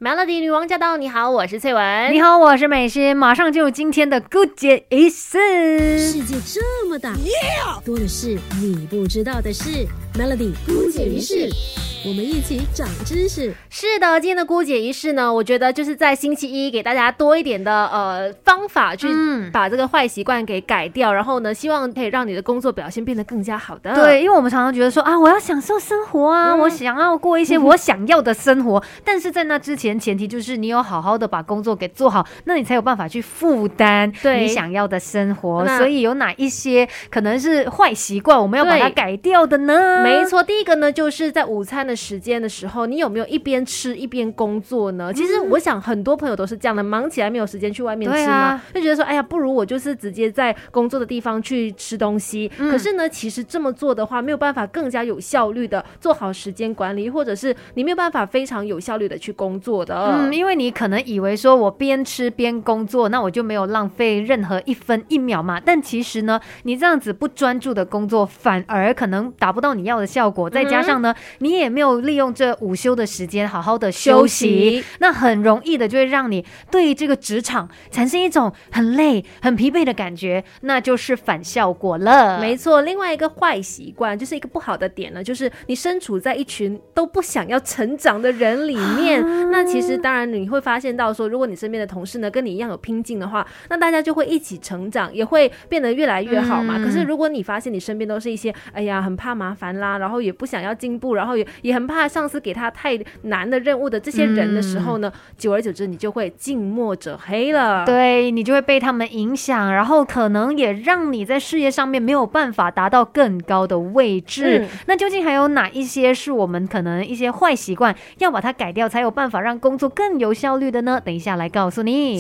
Melody 女王驾到！你好，我是翠文。 你好，我是美心。马上进入今天的姑姐仪式。 世界这么大，多的是你不知道的事。Melody 姑姐仪式，我们一起长知识。 是的，今天的姑姐仪式呢，我觉得就是在星期一给大家多一点的方法去把这个坏习惯给改掉，然后呢，希望可以让你的工作表现变得更加好的。 对，因为我们常常觉得说啊，我要享受生活啊，我想要过一些我想要的生活，但是在那之前，前提就是你有好好的把工作给做好，那你才有办法去负担你想要的生活。所以有哪一些可能是坏习惯，我们要把它改掉的呢？ 没错，第一个呢，就是在午餐的时间的时候，你有没有一边吃一边工作呢？其实我想很多朋友都是这样的，忙起来没有时间去外面吃嘛，就觉得说，哎呀，不如我就是直接在工作的地方去吃东西。可是呢，其实这么做的话，没有办法更加有效率的做好时间管理，或者是你没有办法非常有效率的去工作的。 因为你可能以为说我边吃边工作，那我就没有浪费任何一分一秒嘛。但其实呢，你这样子不专注的工作，反而可能达不到你要的效果。再加上呢，你也没有利用这午休的时间好好的休息，那很容易的就会让你对这个职场产生一种很累、很疲惫的感觉，那就是反效果了。 没错，另外一个坏习惯就是一个不好的点呢，就是你身处在一群都不想要成长的人里面，那其实当然你会发现到说，如果你身边的同事呢跟你一样有拼劲的话，那大家就会一起成长，也会变得越来越好嘛。可是如果你发现你身边都是一些哎呀很怕麻烦啦，然后也不想要进步，然后也很怕上司给他太难的任务的这些人的时候呢，久而久之你就会近墨者黑了。 对，你就会被他们影响，然后可能也让你在事业上面没有办法达到更高的位置。那究竟还有哪一些是我们可能一些坏习惯要把它改掉，才有办法让工作更有效率的呢？等一下来告诉你。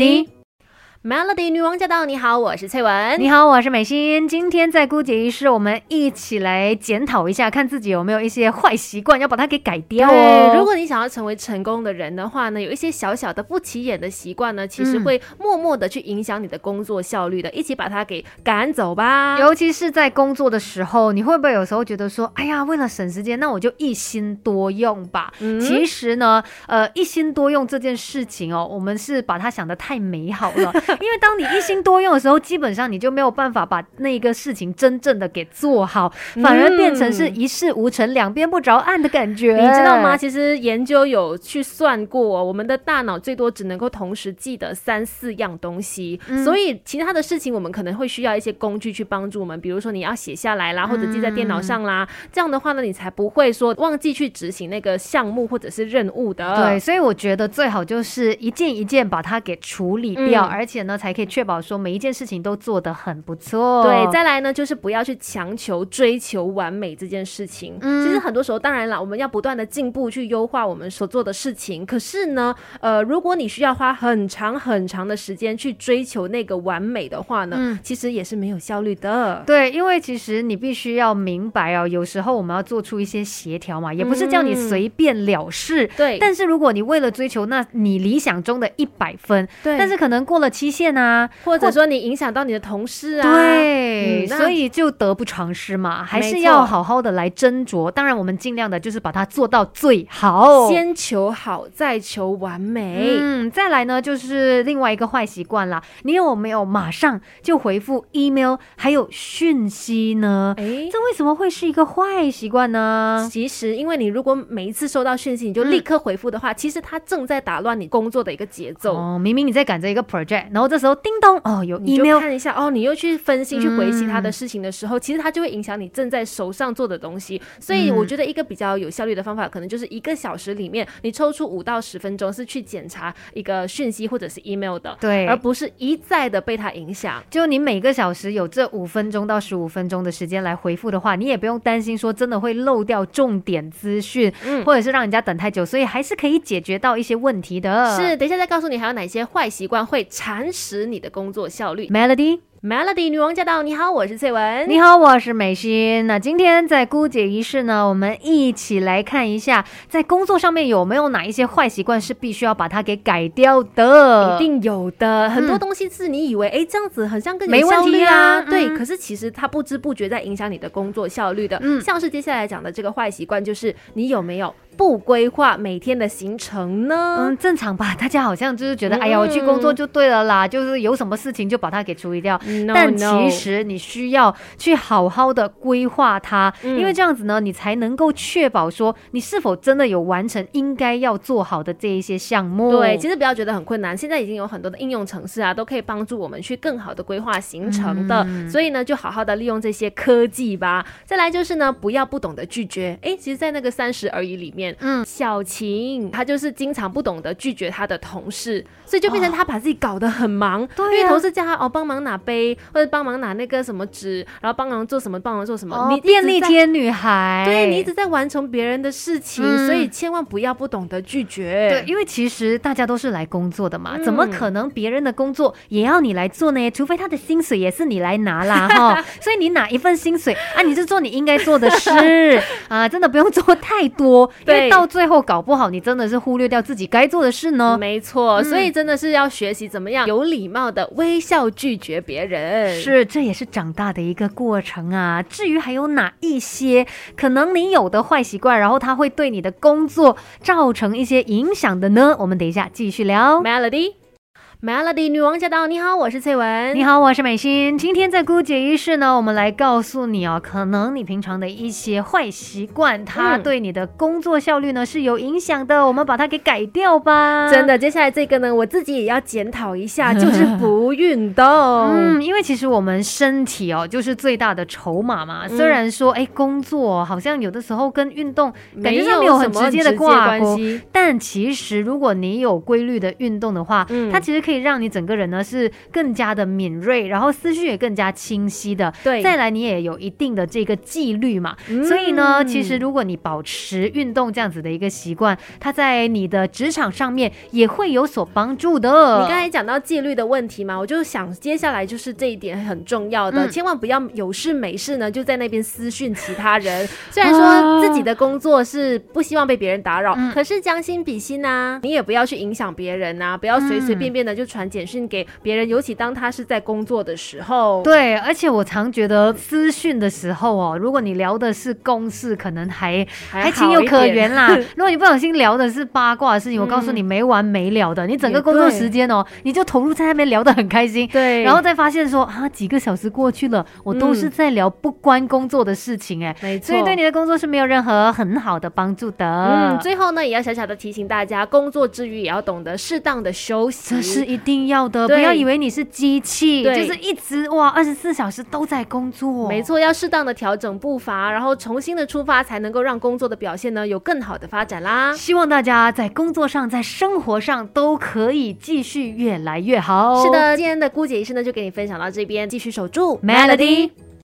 Melody 女王驾到！你好，我是翠文。 你好，我是美心。今天在姑姐仪式，我们一起来检讨一下，看自己有没有一些坏习惯，要把它给改掉。 对，如果你想要成为成功的人的话呢，有一些小小的不起眼的习惯呢，其实会默默的去影响你的工作效率的，一起把它给赶走吧。 尤其是在工作的时候，你会不会有时候觉得说，哎呀，为了省时间，那我就一心多用吧？其实呢，一心多用这件事情哦，我们是把它想得太美好了。因为当你一心多用的时候，基本上你就没有办法把那个事情真正的给做好，反而变成是一事无成、两边不着岸的感觉。 你知道吗？其实研究有去算过，我们的大脑最多只能够同时记得3-4样东西，所以其他的事情我们可能会需要一些工具去帮助我们，比如说你要写下来啦，或者记在电脑上啦，这样的话呢，你才不会说忘记去执行那个项目或者是任务的。 对，所以我觉得最好就是一件一件把它给处理掉，而且呢，才可以确保说每一件事情都做得很不错。 对，再来呢，就是不要去强求追求完美这件事情。其实很多时候，当然啦，我们要不断的进步，去优化我们所做的事情。可是呢，如果你需要花很长很长的时间去追求那个完美的话呢，其实也是没有效率的。 对，因为其实你必须要明白哦，有时候我们要做出一些协调嘛，也不是叫你随便了事。 对， 但是如果你为了追求那你理想中的100分，对，但是可能过了期限啊， 或者说你影响到你的同事啊， 对，所以就得不偿失嘛，还是要好好的来斟酌。当然我们尽量的就是把它做到最好， 先求好再求完美。 再来呢就是另外一个坏习惯啦，你有没有马上就回复 email 还有讯息呢？这为什么会是一个坏习惯呢？ 其实因为你如果每一次收到讯息你就立刻回复的话，其实它正在打乱你工作的一个节奏。 明明你在赶着一个 project， 然后这时候叮咚有 email， 你就看一下你又去分析去回其他的事情的时候，其实它就会影响你正在手上做的东西。所以我觉得一个比较有效率的方法，可能就是1个小时里面你抽出5到10分钟是去检查一个讯息或者是 email 的，对，而不是一再的被它影响。 就你每个小时有这5分钟到15分钟的时间来回复的话，你也不用担心说真的会漏掉重点资讯，或者是让人家等太久，所以还是可以解决到一些问题的。 是，等一下再告诉你还有哪些坏习惯会蚕食你的工作效率。 Melody 女王驾到！你好，我是翠文。 你好，我是美心。那今天在姑姐仪式呢，我们一起来看一下，在工作上面有没有哪一些坏习惯是必须要把它给改掉的？ 一定有的，很多东西是你以为这样子很像更有效率啊，对，可是其实它不知不觉在影响你的工作效率的。像是接下来讲的这个坏习惯，就是你有没有不规划每天的行程呢？ 正常吧，大家好像就是觉得哎呀我去工作就对了啦，就是有什么事情就把它给处理掉，但其实你需要去好好的规划它，因为这样子呢你才能够确保说你是否真的有完成应该要做好的这一些项目。 对，其实不要觉得很困难，现在已经有很多的应用程式啊，都可以帮助我们去更好的规划行程的，所以呢就好好的利用这些科技吧。再来就是呢不要不懂得拒绝。其实在那个30而已里面，小晴她就是经常不懂得拒绝她的同事，所以就变成她把自己搞得很忙，因为同事叫她帮忙拿杯或者帮忙拿那个什么纸，然后帮忙做什么帮忙做什么，你便利贴女孩， 对，你一直在完成别人的事情，所以千万不要不懂得拒绝。 对，因为其实大家都是来工作的嘛，怎么可能别人的工作也要你来做呢？除非他的薪水也是你来拿啦哈。所以你哪一份薪水啊，你就做你应该做的事啊，真的不用做太多，因为到最后搞不好你真的是忽略掉自己该做的事呢。 没错，所以真的是要学习怎么样有礼貌的微笑拒绝别人。 是，这也是长大的一个过程啊。至于还有哪一些可能你有的坏习惯，然后它会对你的工作造成一些影响的呢？我们等一下继续聊。Melody 女王驾到！你好，我是翠文。你好，我是美心。今天在姑姐仪式呢，我们来告诉你哦，可能你平常的一些坏习惯，它对你的工作效率呢是有影响的，我们把它给改掉吧。 真的，接下来这个呢，我自己也要检讨一下，就是不运动。 因为其实我们身体哦，就是最大的筹码嘛。虽然说，工作好像有的时候跟运动感觉上没有很直接的挂钩，但其实如果你有规律的运动的话，它其实可以让你整个人呢是更加的敏锐，然后思绪也更加清晰的。对，再来你也有一定的这个纪律嘛，所以呢，其实如果你保持运动这样子的一个习惯，它在你的职场上面也会有所帮助的。 你刚才讲到纪律的问题嘛，我就想接下来就是这一点很重要的，千万不要有事没事呢就在那边私讯其他人。虽然说自己的工作是不希望被别人打扰，可是将心比心啊，你也不要去影响别人啊，不要随随便便的就传简讯给别人，尤其当他是在工作的时候。 对，而且我常觉得私讯的时候哦，如果你聊的是公事，可能还情有可原啦。如果你不小心聊的是八卦的事情，我告诉你没完没了的，你整个工作时间哦，你就投入在那边聊得很开心，对，然后再发现说几个小时过去了，我都是在聊不关工作的事情没错，所以对你的工作是没有任何很好的帮助的。 最后呢，也要小小的提醒大家，工作之余也要懂得适当的休息， 这是一定要的。不要以为你是机器，就是一直24小时都在工作。 没错，要适当的调整步伐，然后重新的出发，才能够让工作的表现呢有更好的发展啦。 希望大家在工作上在生活上都可以继续越来越好。 是的，今天的姑姐仪式呢就给你分享到这边，继续守住 Melody。